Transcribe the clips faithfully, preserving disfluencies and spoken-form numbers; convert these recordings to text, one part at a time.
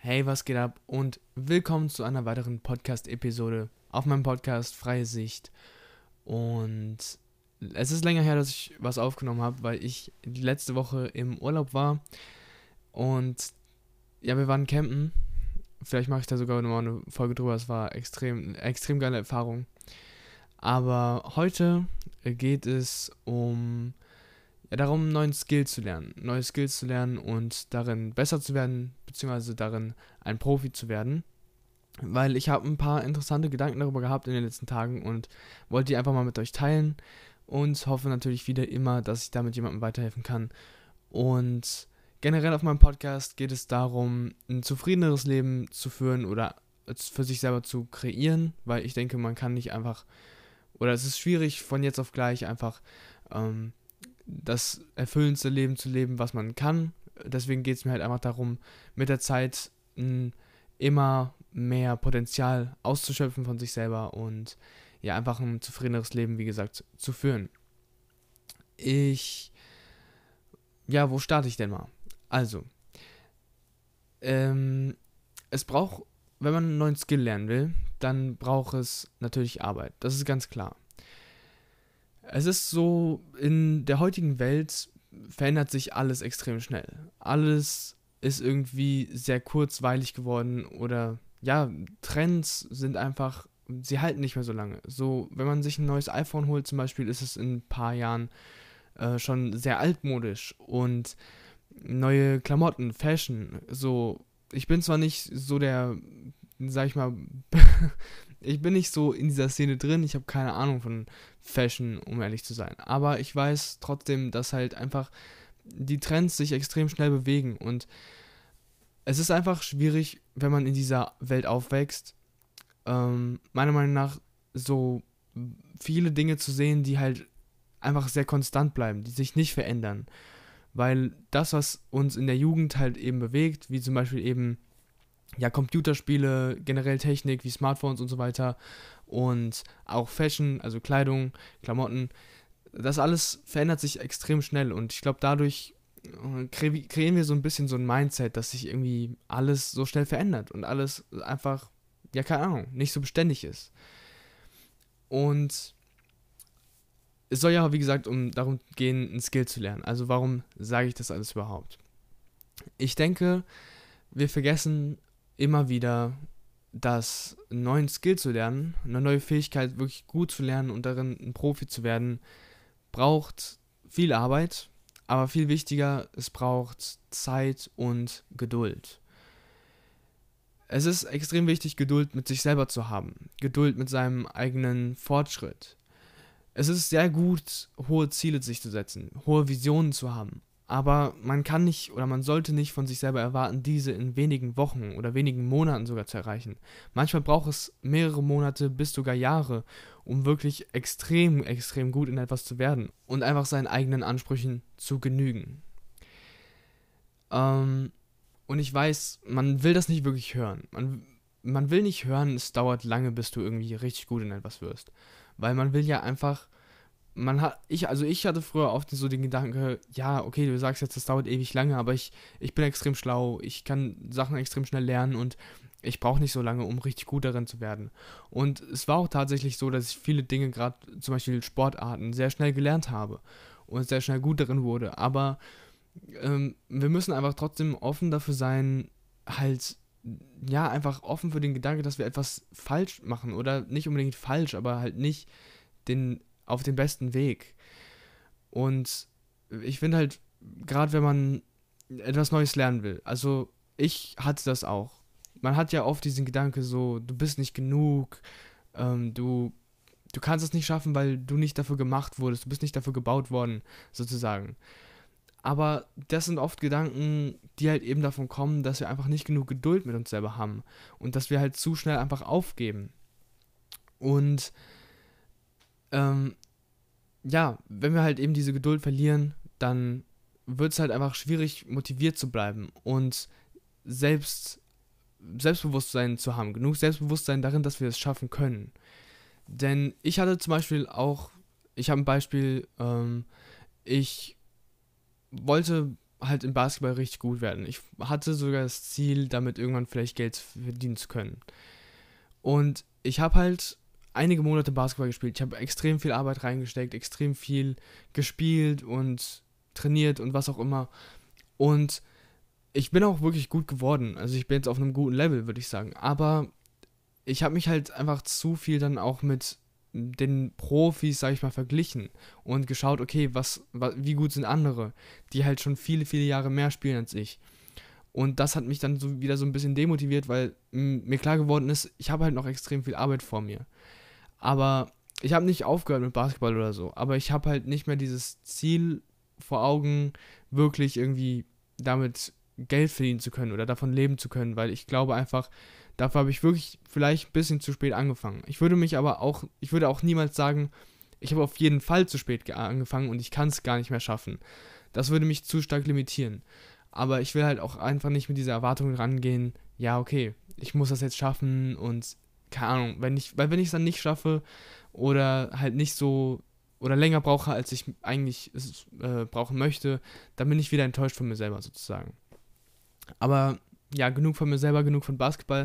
Hey, was geht ab und willkommen zu einer weiteren Podcast-Episode auf meinem Podcast Freie Sicht. Und es ist länger her, dass ich was aufgenommen habe, weil ich die letzte Woche im Urlaub war und ja, wir waren campen. Vielleicht mache ich da sogar nochmal eine Folge drüber, es war extrem, extrem geile Erfahrung. Aber heute geht es um ja, darum, einen neuen Skill zu lernen, neue Skills zu lernen und darin besser zu werden, beziehungsweise darin ein Profi zu werden. Weil ich habe ein paar interessante Gedanken darüber gehabt in den letzten Tagen und wollte die einfach mal mit euch teilen und hoffe natürlich wieder immer, dass ich damit jemandem weiterhelfen kann. Und generell auf meinem Podcast geht es darum, ein zufriedeneres Leben zu führen oder für sich selber zu kreieren, weil ich denke, man kann nicht einfach, oder es ist schwierig von jetzt auf gleich einfach ähm, das erfüllendste Leben zu leben, was man kann. Deswegen geht es mir halt einfach darum, mit der Zeit ein immer mehr Potenzial auszuschöpfen von sich selber und ja, einfach ein zufriedeneres Leben, wie gesagt, zu führen. Ich, ja, wo starte ich denn mal? Also, ähm, es braucht, wenn man einen neuen Skill lernen will, dann braucht es natürlich Arbeit. Das ist ganz klar. Es ist so, in der heutigen Welt verändert sich alles extrem schnell. Alles ist irgendwie sehr kurzweilig geworden oder ja, Trends sind einfach, sie halten nicht mehr so lange. So, wenn man sich ein neues iPhone holt zum Beispiel, ist es in ein paar Jahren äh, schon sehr altmodisch und neue Klamotten, Fashion, so, ich bin zwar nicht so der, sag ich mal, ich bin nicht so in dieser Szene drin, ich habe keine Ahnung von Fashion, um ehrlich zu sein. Aber ich weiß trotzdem, dass halt einfach die Trends sich extrem schnell bewegen und es ist einfach schwierig, wenn man in dieser Welt aufwächst, ähm, meiner Meinung nach so viele Dinge zu sehen, die halt einfach sehr konstant bleiben, die sich nicht verändern. Weil das, was uns in der Jugend halt eben bewegt, wie zum Beispiel eben ja, Computerspiele, generell Technik wie Smartphones und so weiter und auch Fashion, also Kleidung, Klamotten, das alles verändert sich extrem schnell und ich glaube, dadurch äh, kre- kreieren wir so ein bisschen so ein Mindset, dass sich irgendwie alles so schnell verändert und alles einfach, ja, keine Ahnung, nicht so beständig ist. Und es soll ja, wie gesagt, um darum gehen, ein Skill zu lernen. Also warum sage ich das alles überhaupt? Ich denke, wir vergessen immer wieder, dass einen neuen Skill zu lernen, eine neue Fähigkeit wirklich gut zu lernen und darin ein Profi zu werden, braucht viel Arbeit, aber viel wichtiger, es braucht Zeit und Geduld. Es ist extrem wichtig, Geduld mit sich selber zu haben, Geduld mit seinem eigenen Fortschritt. Es ist sehr gut, hohe Ziele sich zu setzen, hohe Visionen zu haben. Aber man kann nicht oder man sollte nicht von sich selber erwarten, diese in wenigen Wochen oder wenigen Monaten sogar zu erreichen. Manchmal braucht es mehrere Monate bis sogar Jahre, um wirklich extrem, extrem gut in etwas zu werden und einfach seinen eigenen Ansprüchen zu genügen. Ähm, und ich weiß, man will das nicht wirklich hören. Man, man will nicht hören, es dauert lange, bis du irgendwie richtig gut in etwas wirst. Weil man will ja einfach man hat, ich, also ich hatte früher oft so den Gedanken, ja, okay, du sagst jetzt, das dauert ewig lange, aber ich, ich bin extrem schlau, ich kann Sachen extrem schnell lernen und ich brauche nicht so lange, um richtig gut darin zu werden. Und es war auch tatsächlich so, dass ich viele Dinge, gerade zum Beispiel Sportarten, sehr schnell gelernt habe und sehr schnell gut darin wurde. Aber ähm, wir müssen einfach trotzdem offen dafür sein, halt, ja, einfach offen für den Gedanke, dass wir etwas falsch machen oder nicht unbedingt falsch, aber halt nicht den auf den besten Weg. Und ich finde halt, gerade wenn man etwas Neues lernen will, also ich hatte das auch. Man hat ja oft diesen Gedanke so, du bist nicht genug, ähm, du, du kannst es nicht schaffen, weil du nicht dafür gemacht wurdest, du bist nicht dafür gebaut worden, sozusagen. Aber das sind oft Gedanken, die halt eben davon kommen, dass wir einfach nicht genug Geduld mit uns selber haben und dass wir halt zu schnell einfach aufgeben. Und ähm, ja, wenn wir halt eben diese Geduld verlieren, dann wird es halt einfach schwierig, motiviert zu bleiben und selbst Selbstbewusstsein zu haben, genug Selbstbewusstsein darin, dass wir es schaffen können. Denn ich hatte zum Beispiel auch, ich habe ein Beispiel, ähm, ich wollte halt im Basketball richtig gut werden. Ich hatte sogar das Ziel, damit irgendwann vielleicht Geld verdienen zu können. Und ich habe halt einige Monate Basketball gespielt. Ich habe extrem viel Arbeit reingesteckt, extrem viel gespielt und trainiert und was auch immer. Und ich bin auch wirklich gut geworden. Also ich bin jetzt auf einem guten Level, würde ich sagen. Aber ich habe mich halt einfach zu viel dann auch mit den Profis, sag ich mal, verglichen und geschaut, okay, was, wa- wie gut sind andere, die halt schon viele, viele Jahre mehr spielen als ich. Und das hat mich dann so wieder so ein bisschen demotiviert, weil m, mir klar geworden ist, ich habe halt noch extrem viel Arbeit vor mir. Aber ich habe nicht aufgehört mit Basketball oder so. Aber ich habe halt nicht mehr dieses Ziel vor Augen, wirklich irgendwie damit Geld verdienen zu können oder davon leben zu können, weil ich glaube einfach, dafür habe ich wirklich vielleicht ein bisschen zu spät angefangen. Ich würde mich aber auch, ich würde auch niemals sagen, ich habe auf jeden Fall zu spät ge- angefangen und ich kann es gar nicht mehr schaffen. Das würde mich zu stark limitieren. Aber ich will halt auch einfach nicht mit dieser Erwartung rangehen, ja, okay, ich muss das jetzt schaffen und keine Ahnung, wenn ich, weil wenn ich es dann nicht schaffe oder halt nicht so oder länger brauche, als ich eigentlich es äh, brauchen möchte, dann bin ich wieder enttäuscht von mir selber sozusagen. Aber ja, genug von mir selber, genug von Basketball.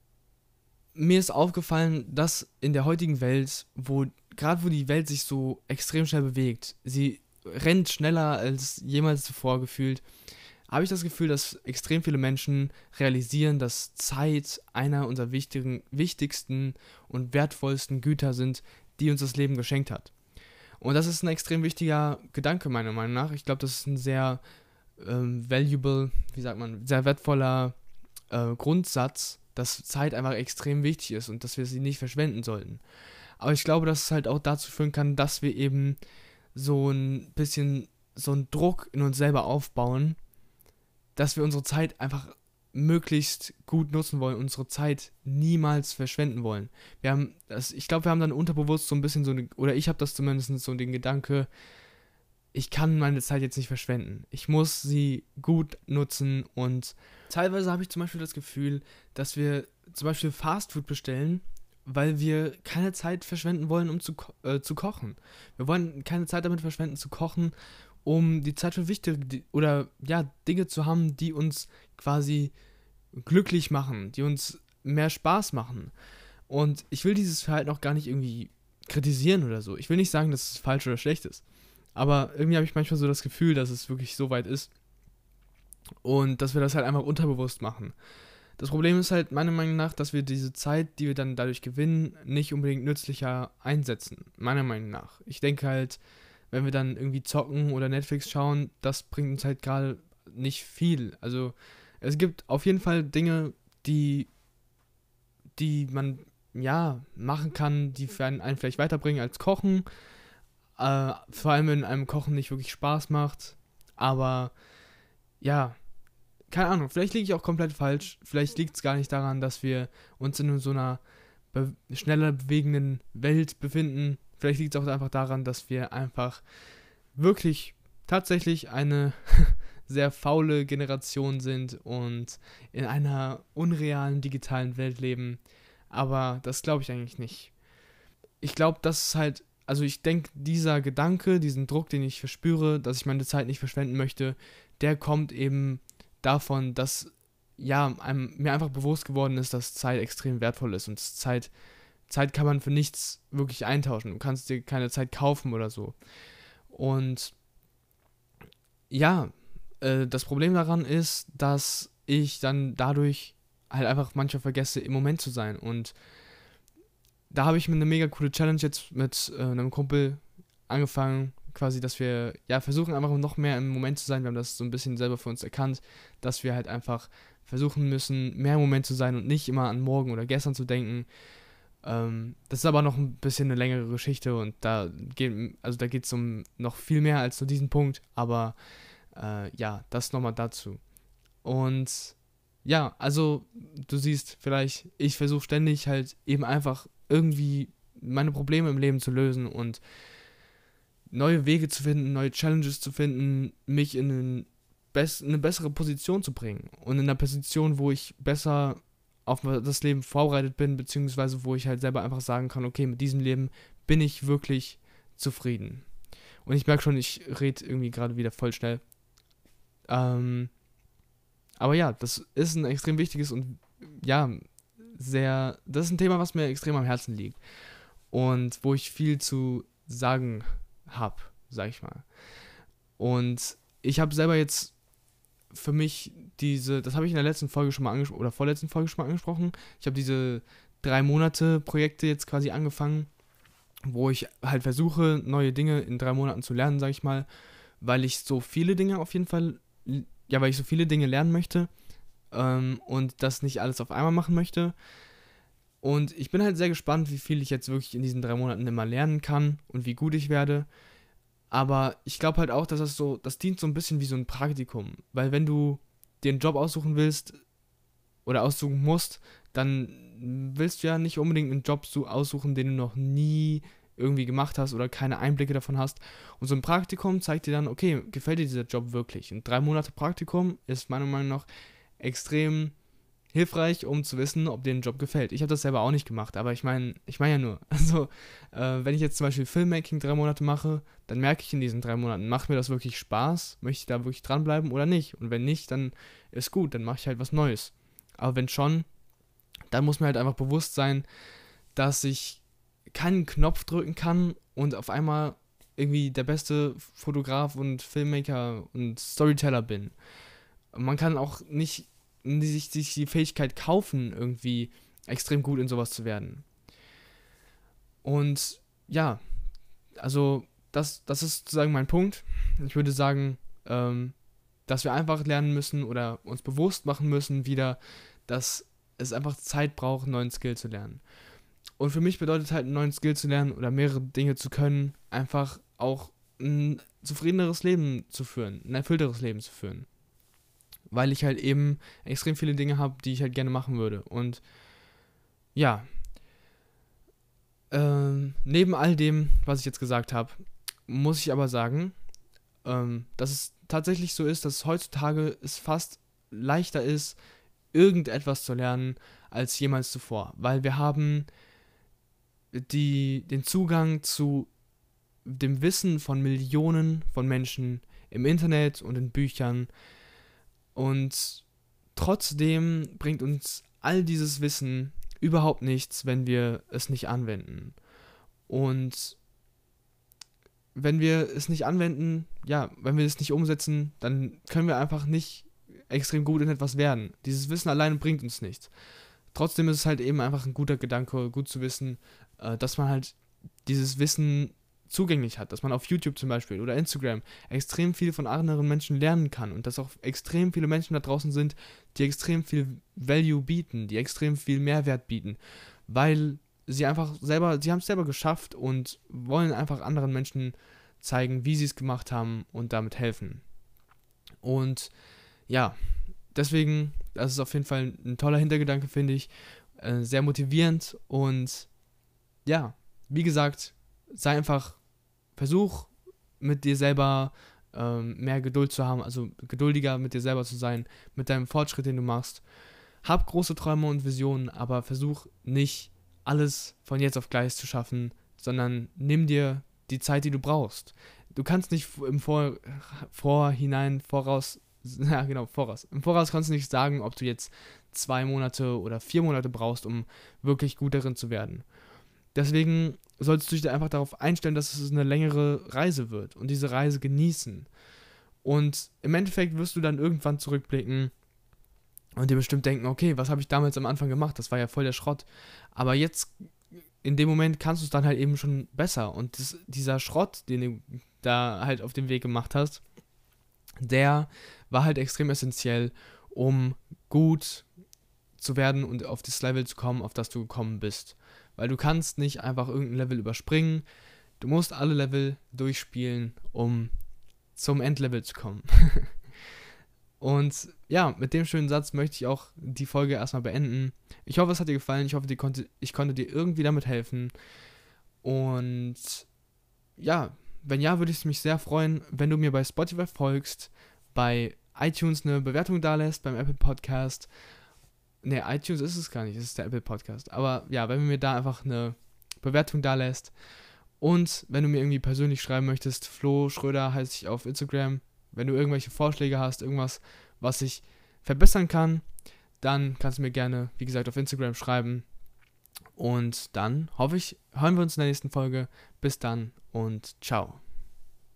Mir ist aufgefallen, dass in der heutigen Welt, wo gerade wo die Welt sich so extrem schnell bewegt, sie rennt schneller als jemals zuvor gefühlt, habe ich das Gefühl, dass extrem viele Menschen realisieren, dass Zeit einer unserer wichtigen, wichtigsten und wertvollsten Güter sind, die uns das Leben geschenkt hat. Und das ist ein extrem wichtiger Gedanke meiner Meinung nach. Ich glaube, das ist ein sehr ähm, valuable, wie sagt man, sehr wertvoller äh, Grundsatz, dass Zeit einfach extrem wichtig ist und dass wir sie nicht verschwenden sollten. Aber ich glaube, dass es halt auch dazu führen kann, dass wir eben so ein bisschen so einen Druck in uns selber aufbauen, dass wir unsere Zeit einfach möglichst gut nutzen wollen, unsere Zeit niemals verschwenden wollen. Wir haben das, ich glaube, wir haben dann unterbewusst so ein bisschen so eine, oder ich habe das zumindest so den Gedanke, ich kann meine Zeit jetzt nicht verschwenden. Ich muss sie gut nutzen und teilweise habe ich zum Beispiel das Gefühl, dass wir zum Beispiel Fastfood bestellen, weil wir keine Zeit verschwenden wollen, um zu, ko- äh, zu kochen. Wir wollen keine Zeit damit verschwenden, zu kochen, um die Zeit für wichtige di- oder ja, Dinge zu haben, die uns quasi glücklich machen, die uns mehr Spaß machen. Und ich will dieses Verhalten auch gar nicht irgendwie kritisieren oder so. Ich will nicht sagen, dass es falsch oder schlecht ist. Aber irgendwie habe ich manchmal so das Gefühl, dass es wirklich so weit ist und dass wir das halt einfach unterbewusst machen. Das Problem ist halt meiner Meinung nach, dass wir diese Zeit, die wir dann dadurch gewinnen, nicht unbedingt nützlicher einsetzen. Meiner Meinung nach. Ich denke halt, wenn wir dann irgendwie zocken oder Netflix schauen, das bringt uns halt gerade nicht viel. Also es gibt auf jeden Fall Dinge, die, die man ja machen kann, die für einen, einen vielleicht weiterbringen als Kochen. Äh, vor allem, wenn einem Kochen nicht wirklich Spaß macht. Aber ja, keine Ahnung, vielleicht liege ich auch komplett falsch. Vielleicht liegt es gar nicht daran, dass wir uns in so einer be schneller bewegenden Welt befinden. Vielleicht liegt es auch einfach daran, dass wir einfach wirklich tatsächlich eine sehr faule Generation sind und in einer unrealen digitalen Welt leben. Aber das glaube ich eigentlich nicht. Ich glaube, dass es halt, also ich denke, dieser Gedanke, diesen Druck, den ich verspüre, dass ich meine Zeit nicht verschwenden möchte, der kommt eben davon, dass ja, einem, mir einfach bewusst geworden ist, dass Zeit extrem wertvoll ist und Zeit, Zeit kann man für nichts wirklich eintauschen. Du kannst dir keine Zeit kaufen oder so. Und ja, äh, das Problem daran ist, dass ich dann dadurch halt einfach manchmal vergesse, im Moment zu sein. Und da habe ich mir eine mega coole Challenge jetzt mit äh, einem Kumpel angefangen, quasi, dass wir ja versuchen einfach noch mehr im Moment zu sein. Wir haben das so ein bisschen selber für uns erkannt, dass wir halt einfach versuchen müssen, mehr im Moment zu sein und nicht immer an morgen oder gestern zu denken. Ähm, das ist aber noch ein bisschen eine längere Geschichte und da geht, also da geht es um noch viel mehr als nur diesen Punkt, aber äh, ja, das nochmal dazu. Und ja, also du siehst vielleicht, ich versuche ständig halt eben einfach irgendwie meine Probleme im Leben zu lösen und neue Wege zu finden, neue Challenges zu finden, mich in einen bess- eine bessere Position zu bringen und in einer Position, wo ich besser auf das Leben vorbereitet bin, beziehungsweise wo ich halt selber einfach sagen kann, okay, mit diesem Leben bin ich wirklich zufrieden. Und ich merke schon, ich rede irgendwie gerade wieder voll schnell. Ähm, aber ja, das ist ein extrem wichtiges und ja, sehr, das ist ein Thema, was mir extrem am Herzen liegt und wo ich viel zu sagen habe, sag ich mal. Und ich habe selber jetzt für mich diese, das habe ich in der letzten Folge schon mal angesprochen, oder vorletzten Folge schon mal angesprochen, ich habe diese drei Monate Projekte jetzt quasi angefangen, wo ich halt versuche, neue Dinge in drei Monaten zu lernen, sag ich mal, weil ich so viele Dinge auf jeden Fall, ja, weil ich so viele Dinge lernen möchte ähm, und das nicht alles auf einmal machen möchte. Und ich bin halt sehr gespannt, wie viel ich jetzt wirklich in diesen drei Monaten immer lernen kann und wie gut ich werde. Aber ich glaube halt auch, dass das so, das dient so ein bisschen wie so ein Praktikum. Weil wenn du dir einen Job aussuchen willst oder aussuchen musst, dann willst du ja nicht unbedingt einen Job so aussuchen, den du noch nie irgendwie gemacht hast oder keine Einblicke davon hast. Und so ein Praktikum zeigt dir dann, okay, gefällt dir dieser Job wirklich? Und drei Monate Praktikum ist meiner Meinung nach extrem hilfreich, um zu wissen, ob dir ein Job gefällt. Ich habe das selber auch nicht gemacht, aber ich meine, ich meine ja nur, also äh, wenn ich jetzt zum Beispiel Filmmaking drei Monate mache, dann merke ich in diesen drei Monaten, macht mir das wirklich Spaß? Möchte ich da wirklich dranbleiben oder nicht? Und wenn nicht, dann ist gut, dann mache ich halt was Neues. Aber wenn schon, dann muss mir halt einfach bewusst sein, dass ich keinen Knopf drücken kann und auf einmal irgendwie der beste Fotograf und Filmmaker und Storyteller bin. Man kann auch nicht sich, sich die Fähigkeit kaufen, irgendwie extrem gut in sowas zu werden. Und ja, also das, das ist sozusagen mein Punkt. Ich würde sagen, ähm, dass wir einfach lernen müssen oder uns bewusst machen müssen wieder, dass es einfach Zeit braucht, einen neuen Skill zu lernen. Und für mich bedeutet halt, einen neuen Skill zu lernen oder mehrere Dinge zu können, einfach auch ein zufriedeneres Leben zu führen, ein erfüllteres Leben zu führen. Weil ich halt eben extrem viele Dinge habe, die ich halt gerne machen würde. Und ja, ähm, neben all dem, was ich jetzt gesagt habe, muss ich aber sagen, ähm, dass es tatsächlich so ist, dass heutzutage es fast leichter ist, irgendetwas zu lernen, als jemals zuvor. Weil wir haben die, den Zugang zu dem Wissen von Millionen von Menschen im Internet und in Büchern. Und trotzdem bringt uns all dieses Wissen überhaupt nichts, wenn wir es nicht anwenden. Und wenn wir es nicht anwenden, ja, wenn wir es nicht umsetzen, dann können wir einfach nicht extrem gut in etwas werden. Dieses Wissen alleine bringt uns nichts. Trotzdem ist es halt eben einfach ein guter Gedanke, gut zu wissen, äh, dass man halt dieses Wissen zugänglich hat, dass man auf YouTube zum Beispiel oder Instagram extrem viel von anderen Menschen lernen kann und dass auch extrem viele Menschen da draußen sind, die extrem viel Value bieten, die extrem viel Mehrwert bieten, weil sie einfach selber, sie haben es selber geschafft und wollen einfach anderen Menschen zeigen, wie sie es gemacht haben und damit helfen. Und ja, deswegen, das ist auf jeden Fall ein toller Hintergedanke, finde ich, äh, sehr motivierend und ja, wie gesagt, sei einfach, versuch mit dir selber ähm, mehr Geduld zu haben, also geduldiger mit dir selber zu sein, mit deinem Fortschritt, den du machst. Hab große Träume und Visionen, aber versuch nicht alles von jetzt auf gleich zu schaffen, sondern nimm dir die Zeit, die du brauchst. Du kannst nicht im Vor Vorhinein, voraus, ja genau, voraus. Im Voraus kannst du nicht sagen, ob du jetzt zwei Monate oder vier Monate brauchst, um wirklich gut darin zu werden. Deswegen solltest du dich einfach darauf einstellen, dass es eine längere Reise wird und diese Reise genießen. Und im Endeffekt wirst du dann irgendwann zurückblicken und dir bestimmt denken, okay, was habe ich damals am Anfang gemacht? Das war ja voll der Schrott. Aber jetzt, in dem Moment, kannst du es dann halt eben schon besser. Und das, dieser Schrott, den du da halt auf dem Weg gemacht hast, der war halt extrem essentiell, um gut zu werden und auf das Level zu kommen, auf das du gekommen bist. Weil du kannst nicht einfach irgendein Level überspringen. Du musst alle Level durchspielen, um zum Endlevel zu kommen. Und ja, mit dem schönen Satz möchte ich auch die Folge erstmal beenden. Ich hoffe, es hat dir gefallen. Ich hoffe, die konnte, ich konnte dir irgendwie damit helfen. Und ja, wenn ja, würde ich mich sehr freuen, wenn du mir bei Spotify folgst, bei iTunes eine Bewertung dalässt, beim Apple Podcast. Ne, iTunes ist es gar nicht, es ist der Apple Podcast. Aber ja, wenn du mir da einfach eine Bewertung dalässt und wenn du mir irgendwie persönlich schreiben möchtest, Flo Schröder heiße ich auf Instagram, Wenn du irgendwelche Vorschläge hast, irgendwas, was ich verbessern kann, dann kannst du mir gerne, wie gesagt, auf Instagram schreiben. Und dann hoffe ich, hören wir uns in der nächsten Folge. Bis dann und ciao.